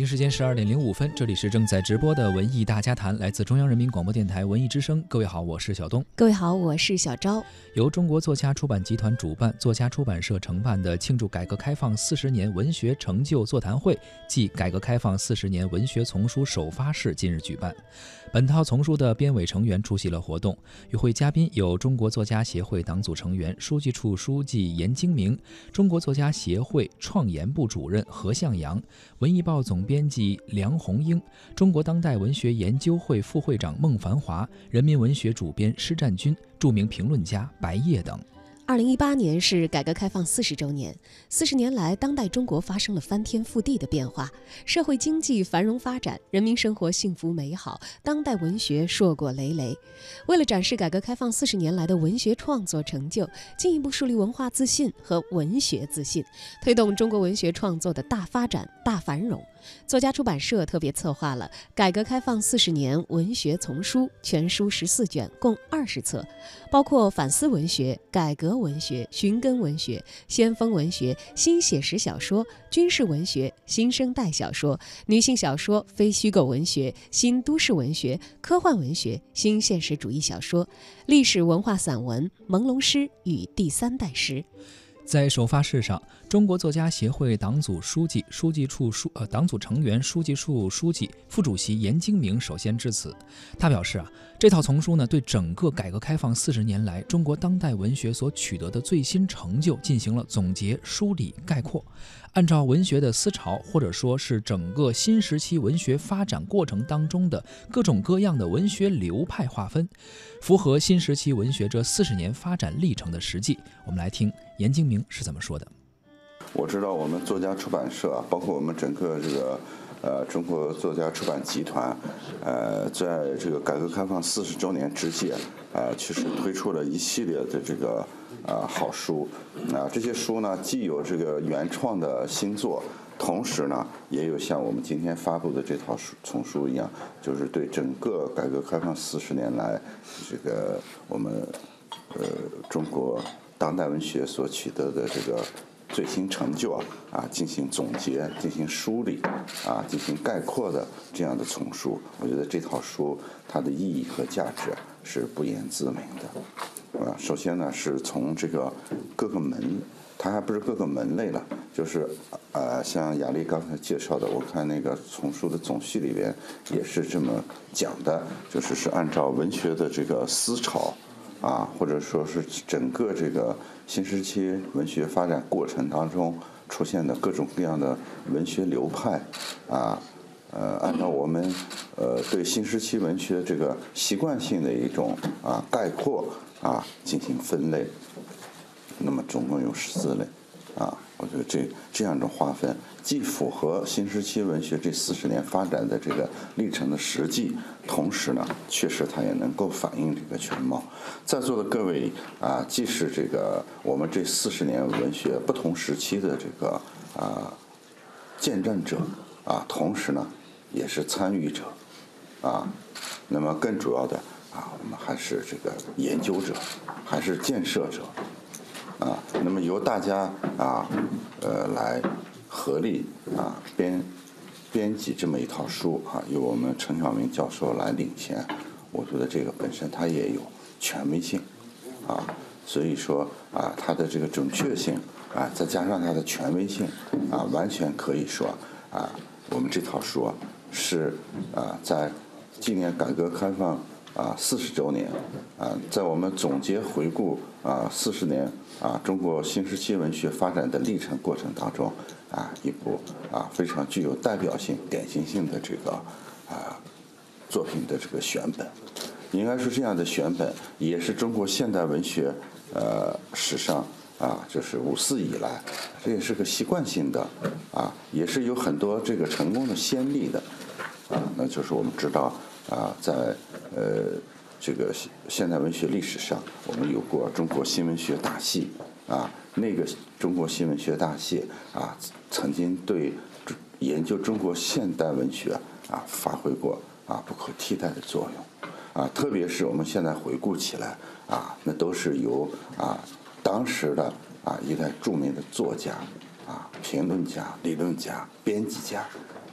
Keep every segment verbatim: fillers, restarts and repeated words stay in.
京时间十二点零五分，这里是正在直播的文艺大家谈，来自中央人民广播电台文艺之声。各位好，我是小东。 各位好，我是小昭。 由中国作家出版集团主办，作家出版社承办的庆祝改革开放四十年文学成就座谈会暨改革开放四十年文学丛书首发式近日举办。本套丛书的编委成员出席了活动，与会嘉宾有中国作家协会党组成员、书记处书记严京明，中国作家协会创研部主任何向阳，文艺报总编辑梁红英，中国当代文学研究会副会长孟繁华，人民文学主编施占军，著名评论家白叶等。 二零一八年是改革开放四十周年，四十年来，当代中国发生了翻天覆地的变化，社会经济繁荣发展，人民生活幸福美好，当代文学硕果累累。为了展示改革开放四十年来的文学创作成就，进一步树立文化自信和文学自信，推动中国文学创作的大发展、大繁荣，作家出版社特别策划了改革开放四十年文学丛书，全书十四卷，共二十册，包括反思文学、改革文学、寻根文学、先锋文学、新写实小说、军事文学、新生代小说、女性小说、非虚构文学、新都市文学、科幻文学、新现实主义小说、历史文化散文、朦胧诗与第三代诗。 在首发式上，中国作家协会党组书记、书记处书呃党组成员、书记处书记、副主席严京明首先致辞。他表示啊，这套丛书呢，对整个改革开放四十年来中国当代文学所取得的最新成就进行了总结、梳理、概括。按照文学的思潮，或者说是整个新时期文学发展过程当中的各种各样的文学流派划分，符合新时期文学这四十年发展历程的实际。我们来听严京明是怎么说的。 我知道我们作家出版社，包括我们整个这个呃中国作家出版集团，呃，在这个改革开放四十周年之际，呃，其实推出了一系列的这个呃好书，啊、呃，这些书呢，既有这个原创的新作，同时呢，也有像我们今天发布的这套书丛书一样，就是对整个改革开放四十年来这个我们呃中国当代文学所取得的这个最新成就啊啊进行总结、进行梳理啊、进行概括的这样的丛书，我觉得这套书它的意义和价值是不言自明的。啊，首先呢是从这个各个门，它还不是各个门类了，就是呃像雅丽刚才介绍的，我看那个丛书的总序里边也是这么讲的，就是是按照文学的这个思潮。啊，或者说是整个这个新时期文学发展过程当中出现的各种各样的文学流派，啊，呃，按照我们呃对新时期文学这个习惯性的一种啊概括啊进行分类，那么总共有十四类，啊，我觉得这这样一种划分，既符合新时期文学这四十年发展的这个历程的实际，同时呢，确实它也能够反映这个全貌。在座的各位啊，既是这个我们这四十年文学不同时期的这个啊见证者啊，同时呢，也是参与者啊。那么更主要的啊，我们还是这个研究者，还是建设者。啊，那么由大家啊，呃，来合力啊编编辑这么一套书啊，由我们陈晓明教授来领衔，我觉得这个本身它也有权威性啊，所以说啊，它的这个准确性啊，再加上它的权威性啊，完全可以说啊，我们这套书啊是啊在纪念改革开放啊四十周年啊，在我们总结回顾啊四十年啊中国新时期文学发展的历程过程当中啊一部啊非常具有代表性、典型性的这个啊作品的这个选本，应该是这样的选本，也是中国现代文学呃史上啊就是五四以来，这也是个习惯性的啊，也是有很多这个成功的先例的啊，那就是我们知道。啊，在呃这个现代文学历史上，我们有过中国新文学大系啊，那个中国新文学大系啊，曾经对研究中国现代文学啊发挥过啊不可替代的作用啊，特别是我们现在回顾起来啊，那都是由啊当时的啊一代著名的作家啊、评论家、理论家、编辑家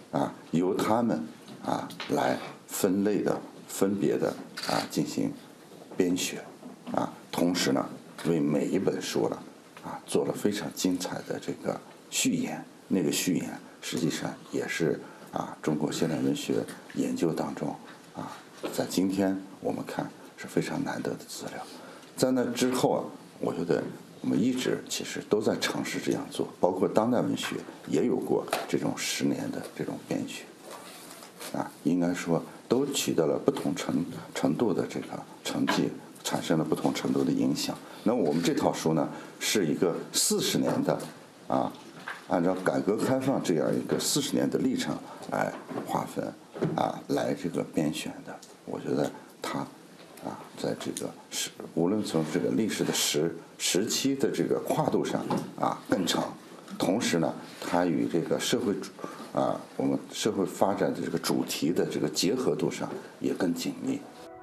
啊由他们啊来分类的、分别的啊进行编选啊，同时呢为每一本书呢啊做了非常精彩的这个序言。那个序言实际上也是啊中国现代文学研究当中啊在今天我们看是非常难得的资料。在那之后啊，我觉得我们一直其实都在尝试这样做，包括当代文学也有过这种十年的这种编选，啊，应该说都取得了不同程程度的这个成绩，产生了不同程度的影响。那我们这套书呢，是一个四十年的，啊，按照改革开放这样一个四十年的历程来划分，啊，来这个编选的。我觉得它。啊，在这个时，无论从这个历史的时时期的这个跨度上啊更长，同时呢，它与这个社会啊我们社会发展的这个主题的这个结合度上也更紧密。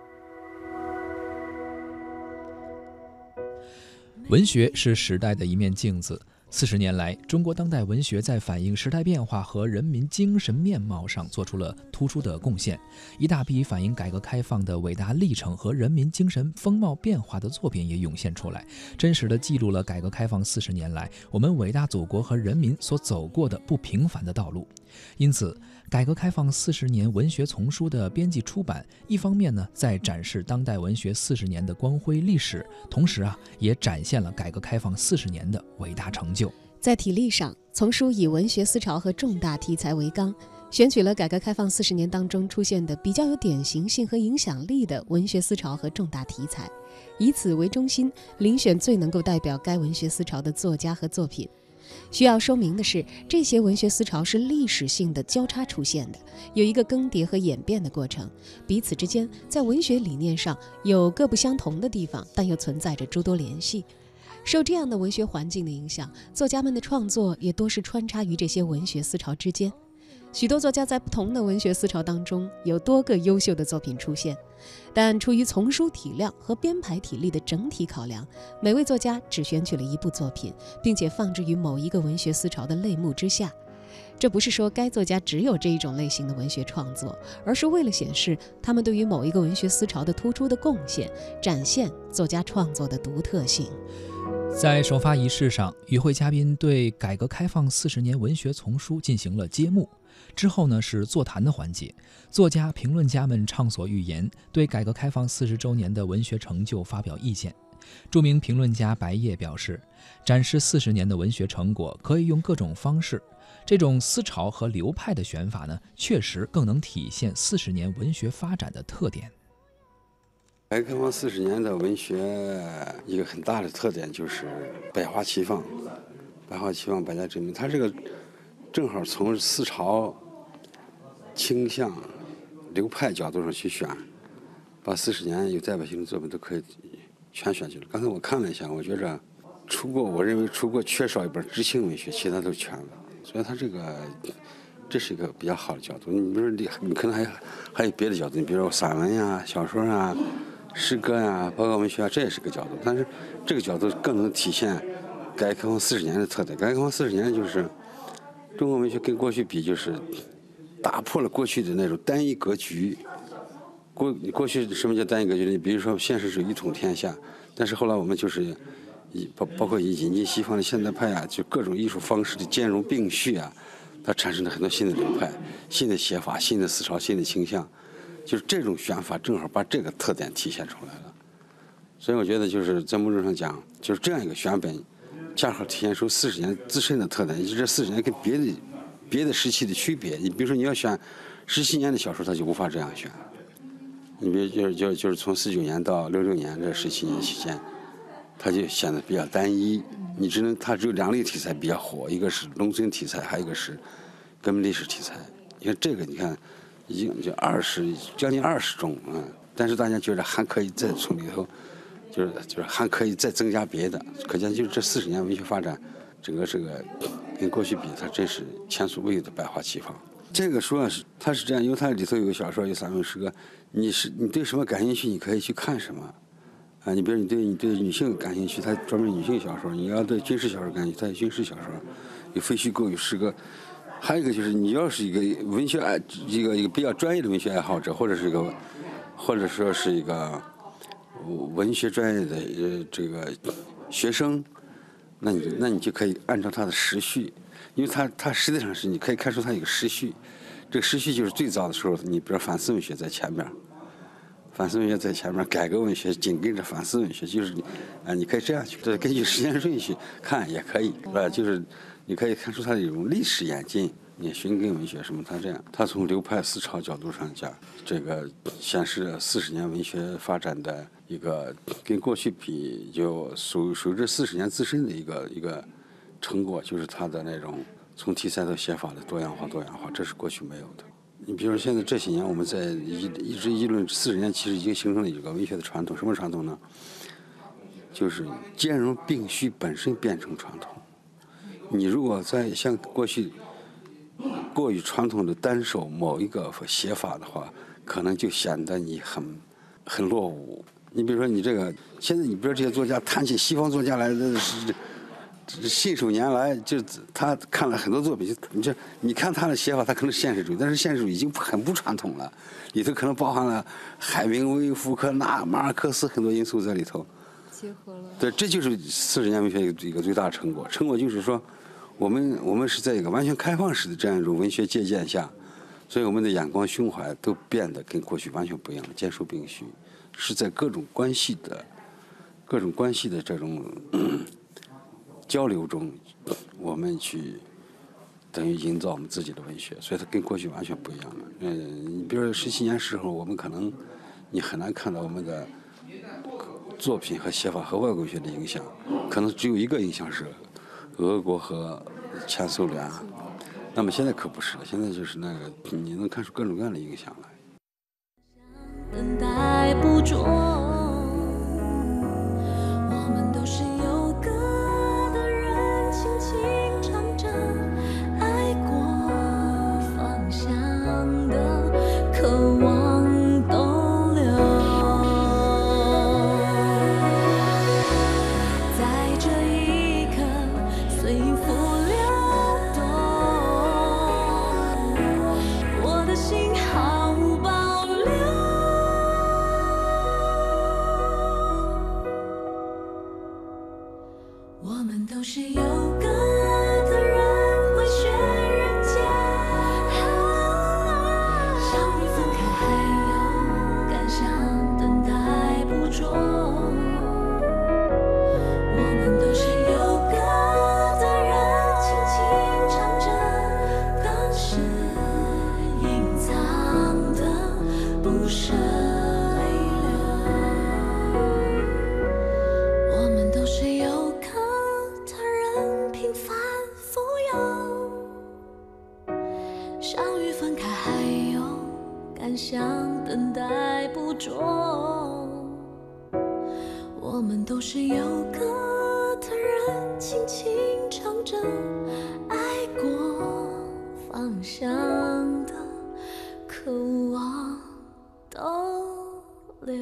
文学是时代的一面镜子。四十年来，中国当代文学在反映时代变化和人民精神面貌上做出了突出的贡献。一大批反映改革开放的伟大历程和人民精神风貌变化的作品也涌现出来，真实地记录了改革开放四十年来我们伟大祖国和人民所走过的不平凡的道路。因此，改革开放四十年文学丛书的编辑出版，一方面呢，在展示当代文学四十年的光辉历史，同时啊，也展现了改革开放四十年的伟大成就。 在体例上，丛书以文学思潮和重大题材为纲，选取了改革开放四十年当中出现的比较有典型性和影响力的文学思潮和重大题材，以此为中心，遴选最能够代表该文学思潮的作家和作品。需要说明的是，这些文学思潮是历史性的交叉出现的，有一个更迭和演变的过程，彼此之间在文学理念上有各不相同的地方，但又存在着诸多联系。受这样的文学环境的影响，作家们的创作也多是穿插于这些文学思潮之间。许多作家在不同的文学思潮当中有多个优秀的作品出现，但出于丛书体量和编排体力的整体考量，每位作家只选取了一部作品，并且放置于某一个文学思潮的类目之下。这不是说该作家只有这一种类型的文学创作，而是为了显示他们对于某一个文学思潮的突出的贡献，展现作家创作的独特性。 在首发仪式上，与会嘉宾对改革开放四十年文学丛书进行了揭幕。之后呢，是座谈的环节，作家、评论家们畅所欲言，对改革开放四十周年的文学成就发表意见。著名评论家白叶表示，展示四十年的文学成果可以用各种方式，这种思潮和流派的选法呢，确实更能体现四十年文学发展的特点。 改革开放四十年的文学一个很大的特点就是百花齐放，百花齐放，百家争鸣。它这个正好从思潮、倾向、流派角度上去选，把四十年有代表性的作品都可以全选去了。刚才我看了一下，我觉着除过我认为除过缺少一本知性文学，其他都全了。所以它这个这是一个比较好的角度。你比如说，你可能还还有别的角度，你比如说散文呀、小说啊、诗歌呀，包括文学啊，这也是个角度。但是这个角度更能体现改革开放四十年的特点。改革开放四十年就是中国文学跟过去比，就是打破了过去的那种单一格局。过过去什么叫单一格局呢？比如说现实是一统天下，但是后来我们就是以包包括以引进西方的现代派啊，就各种艺术方式的兼容并蓄啊，它产生了很多新的流派、新的写法、新的思潮、新的倾向。就是这种选法正好把这个特点体现出来了。所以我觉得就是在某种上讲，就是这样一个选本，恰好体现出四十年自身的特点，以及这四十年跟别的别的时期的区别。你比如说你要选十七年的小说，它就无法这样选。你比如就是就就是从四九年到六六年这十七年期间，它就显得比较单一。你只能它只有两类题材比较火，一个是农村题材，还有一个是革命历史题材。你看这个，你看已经就二十将近二十种啊、嗯，但是大家觉得还可以再从里头，就是就是还可以再增加别的。可见就是这四十年文学发展，整个这个跟过去比，它真是前所未有的百花齐放。这个书啊是它是这样，因为它里头有小说、有散文、诗歌，你是你对什么感兴趣，你可以去看什么。啊，你比如你对你对女性感兴趣，它专门女性小说；你要对军事小说感兴趣，它有军事小说；有废墟构、有诗歌， 还有一个就是，你要是一个文学爱一个一个比较专业的文学爱好者，或者是一个，或者说是一个文学专业的呃这个学生，那你那你就可以按照他的时序，因为他他实际上是你可以看出他有个时序，这个时序就是最早的时候，你比如反思文学在前面。反思文学在前面，改革文学紧跟着反思文学，就是你，啊，你可以这样去，这根据时间顺序看也可以，是吧？就是你可以看出它的一种历史演进，你寻根文学什么，它这样，它从流派思潮角度上讲，这个显示四十年文学发展的一个跟过去比，就属属于这四十年自身的一个一个成果，就是它的那种从题材到写法的多样化，多样化，这是过去没有的。你比如说，现在这些年我们在一一直议论四十年，其实已经形成了一个文学的传统。什么传统呢？就是兼容并蓄本身变成传统。你如果在像过去过于传统的单守某一个写法的话，可能就显得你很很落伍。你比如说，你这个现在你比如说这些作家谈起西方作家来的是。信手拈来，就他看了很多作品，你这你看他的写法，他可能是现实主义，但是现实主义已经很不传统了，里头可能包含了海明威、福克纳、马尔克斯很多因素在里头， 结合了。 对，这就是四十年文学一个一个最大的成果。成果就是说，我们我们是在一个完全开放式的这样一种文学借鉴下，所以我们的眼光、胸怀都变得跟过去完全不一样了，兼收并蓄，是在各种关系的各种关系的这种。交流中，我们去等于营造我们自己的文学，所以它跟过去完全不一样了。嗯，你比如说十七年时候，我们可能你很难看到我们的作品和写法和外国文学的影响，可能只有一个影响是俄国和前苏联。那么现在可不是了，现在就是那个你能看出各种各样的影响来。 等待捕捉，我们都是有歌的人，轻轻唱着爱过方向的渴望逗留，在这一刻随风流动，我的心毫无保留。我们都是有歌的人，回旋人间，相遇分开还有感想等待捕捉。我们都是有歌的人，轻轻唱着，当时隐藏的不舍泪流。我们都是有歌的人，平凡富有，相遇分开还有感想等待捕捉。我们都是有歌的人，轻轻唱着爱过方向的渴望逗留。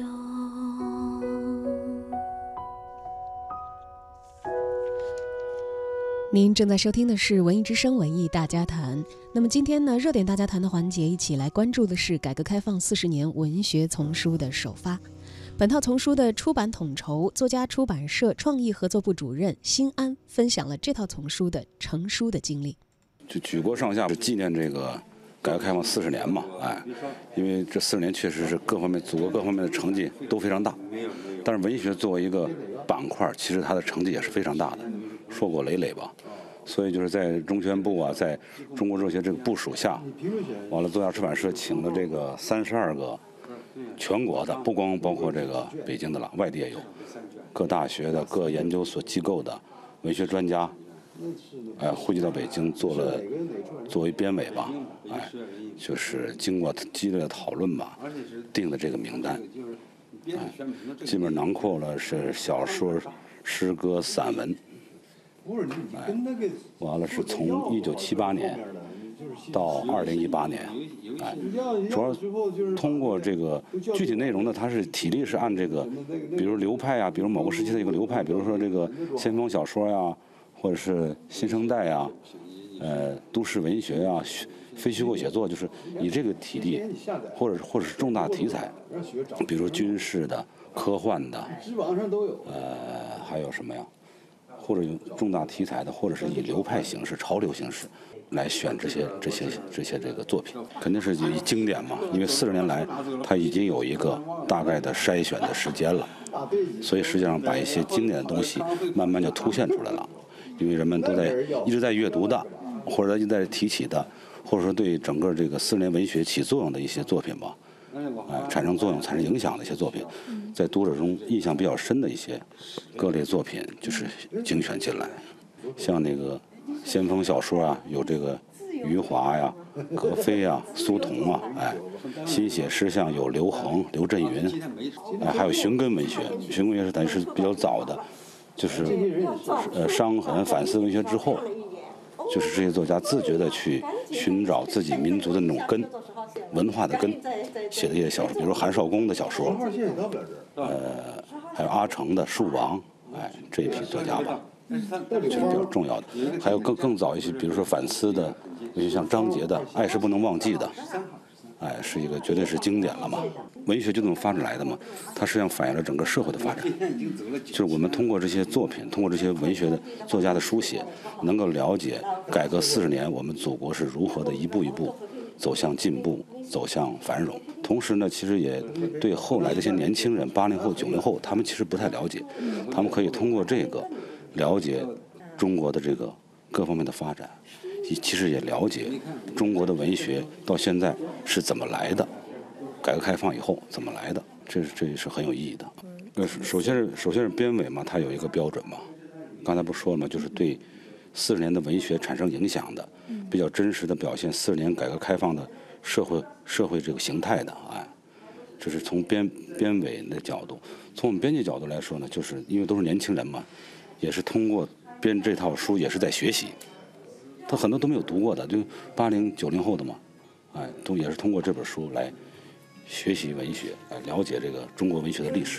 您正在收听的是文艺之声文艺大家谈。那么今天呢，热点大家谈的环节，一起来关注的是改革开放四十年文学丛书的首发。本套丛书的出版统筹，作家出版社创意合作部主任辛安分享了这套丛书的成书的经历。 就举国上下纪念这个改革开放四十年嘛，哎，因为这四十年确实是各方面祖国各方面的成绩都非常大，但是文学作为一个板块，其实它的成绩也是非常大的，硕果累累吧。所以就是在中宣部啊，在中国哲学这个部署下，完了作家出版社请了这个三十二个全国的，不光包括这个北京的了，外地也有，各大学的、各研究所机构的文学专家，哎，汇集到北京做了作为编委吧，哎，就是经过激烈的讨论吧，定的这个名单，哎，基本囊括了是小说、诗歌、散文。哎，完了是从一九七八年到二零一八年，哎，主要通过这个具体内容呢，它是体例是按这个，比如流派啊，比如某个时期的一个流派，比如说这个先锋小说呀，或者是新生代呀， 呃都市文学啊、非虚构写作，就是以这个体例，或者或者是重大题材，比如说军事的、科幻的，呃还有什么呀？或者用重大题材的，或者是以流派形式、潮流形式来选这些这些这些这个作品，肯定是以经典嘛。因为四十年来，它已经有一个大概的筛选的时间了，所以实际上把一些经典的东西慢慢就凸显出来了。因为人们都在一直在阅读的，或者一直在提起的，或者说对整个这个四十年文学起作用的一些作品吧。哎，产生作用、产生影响的一些作品，在读者中印象比较深的一些各类作品，就是精选进来。像那个先锋小说啊，有这个余华呀、格非啊、苏童啊，哎，新写诗像有刘恒、刘震云，哎，还有寻根文学。寻根文学是等于是比较早的，就是呃伤痕反思文学之后，就是这些作家自觉的去寻找自己民族的那种根。文化的根写的一些小说，比如韩少功的小说，呃，还有阿城的《树王》，哎，这一批作家吧，这是比较重要的。还有更更早一些，比如说反思的，尤其像张杰的《爱是不能忘记的》，哎，是一个绝对是经典了嘛。文学就这么发展来的嘛，它实际上反映了整个社会的发展。就是我们通过这些作品，通过这些文学的作家的书写，能够了解改革四十年我们祖国是如何的一步一步走向进步，走向繁荣。同时呢，其实也对后来这些年轻人，八零后、九零后，他们其实不太了解，他们可以通过这个了解中国的这个各方面的发展，其实也了解中国的文学到现在是怎么来的，改革开放以后怎么来的，这是这也是很有意义的。呃，首先是首先是编委嘛，它有一个标准嘛，刚才不是说了吗？就是对四十年的文学产生影响的，比较真实的表现四十年改革开放的社会社会这个形态的，哎，这是从编编委的角度。从我们编辑角度来说呢，就是因为都是年轻人嘛，也是通过编这套书也是在学习，他很多都没有读过的，就八零九零后的嘛，哎，都也是通过这本书来学习文学，来了解这个中国文学的历史。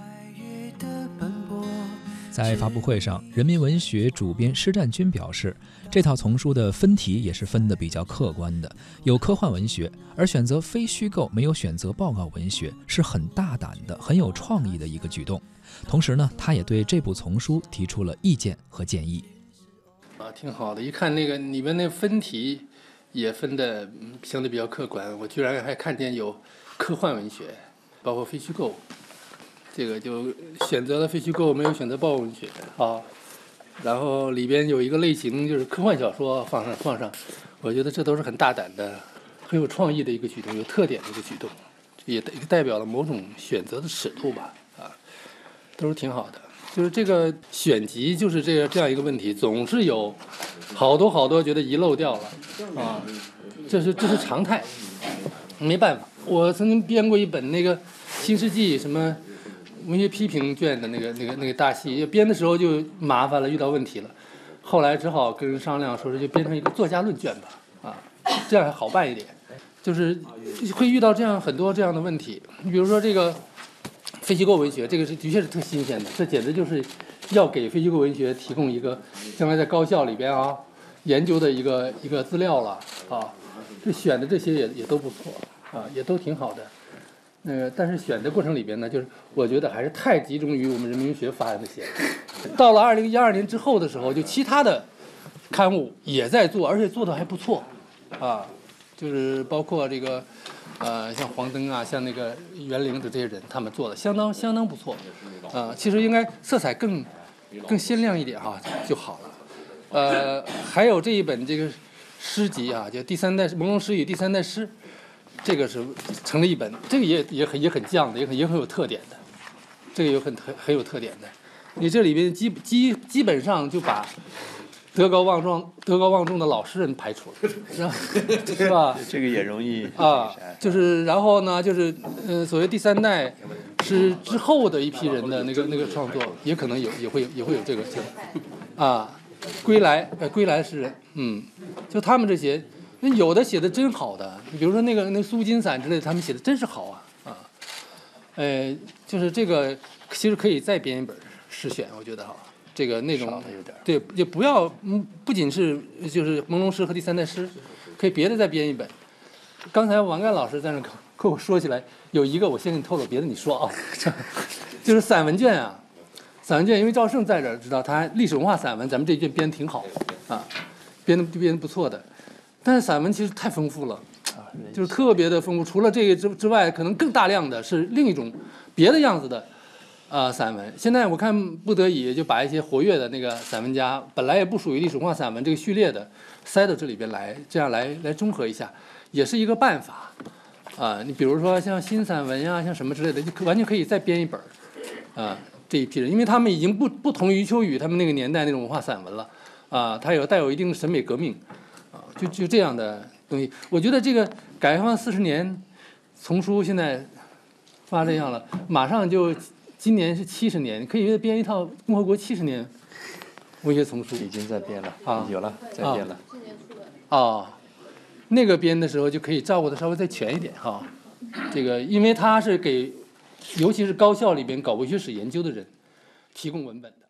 在发布会上，人民文学主编施占军表示，这套丛书的分题也是分得比较客观的，有科幻文学，而选择非虚构，没有选择报告文学，是很大胆的、很有创意的一个举动。同时呢，他也对这部丛书提出了意见和建议。 啊，挺好的，一看那个你们那分题也分的相对比较客观，我居然还看见有科幻文学，包括非虚构。这个就选择了非虚构，没有选择报告文学啊。然后里边有一个类型就是科幻小说放上放上，我觉得这都是很大胆的、很有创意的一个举动，有特点的一个举动，也代表了某种选择的尺度吧啊，都是挺好的。就是这个选集就是这个这样一个问题，总是有好多好多觉得遗漏掉了啊，这是这是常态，没办法。我曾经编过一本那个新世纪什么文学批评卷的那个那个那个大戏，编的时候就麻烦了，遇到问题了，后来只好跟人商量，说是就编成一个作家论卷吧，啊，这样还好办一点。就是会遇到这样很多这样的问题，你比如说这个非虚构文学，这个是的确是特新鲜的，这简直就是要给非虚构文学提供一个将来在高校里边啊研究的一个一个资料了啊。这选的这些也也都不错啊，也都挺好的。呃，但是选的过程里边呢，就是我觉得还是太集中于我们人民文学发展的些。到了二零一二年之后的时候，就其他的刊物也在做，而且做的还不错，啊，就是包括这个呃像黄登啊，像那个袁凌的这些人，他们做的相当相当不错，啊，其实应该色彩更更鲜亮一点哈就好了。呃，还有这一本这个诗集啊，叫《第三代朦胧诗与第三代诗》。这个是成了一本，这个也也很也很犟的，也很也很有特点的，这个有很很很有特点的。你这里边基基基本上就把德高望重德高望重的老诗人排除了，是吧？是吧？ 这个也容易啊，就是然后呢，就是呃，所谓第三代是之后的一批人的那个那个创作，也可能有也会有也会有这个情况啊。归来呃，归来诗人，嗯，就他们这些。那有的写的真好的，比如说那个那苏金散之类的，他们写的真是好啊啊，呃，就是这个其实可以再编一本诗选，我觉得哈， 这个那种少了有点儿对，也不要嗯，不仅是就是朦胧诗和第三代诗，可以别的再编一本。刚才王干老师在那跟跟我说起来，有一个我先给你透露，别的你说啊，就是散文卷啊，散文卷，因为赵胜在这儿知道他历史文化散文，咱们这一卷编得挺好啊，编的编得不错的，但是散文其实太丰富了。就是特别的丰富，除了这个之之外，可能更大量的是另一种别的样子的啊、呃、散文。现在我看不得已就把一些活跃的那个散文家，本来也不属于历史文化散文这个序列的，塞到这里边来，这样来来综合一下，也是一个办法啊、呃。你比如说像新散文呀，像什么之类的，就完全可以再编一本啊、呃。这一批人，因为他们已经不不同于余秋雨他们那个年代那种文化散文了啊、呃，他有带有一定审美革命啊、呃，就就这样的。东西，我觉得这个改革开放四十年丛书现在发这样了，马上就今年是七十年，可以编一套共和国七十年文学丛书。 已经在编了啊， 有了，在编了。 哦，那个编的时候就可以照顾的稍微再全一点哈。这个，因为它是给，尤其是高校里边搞文学史研究的人提供文本的。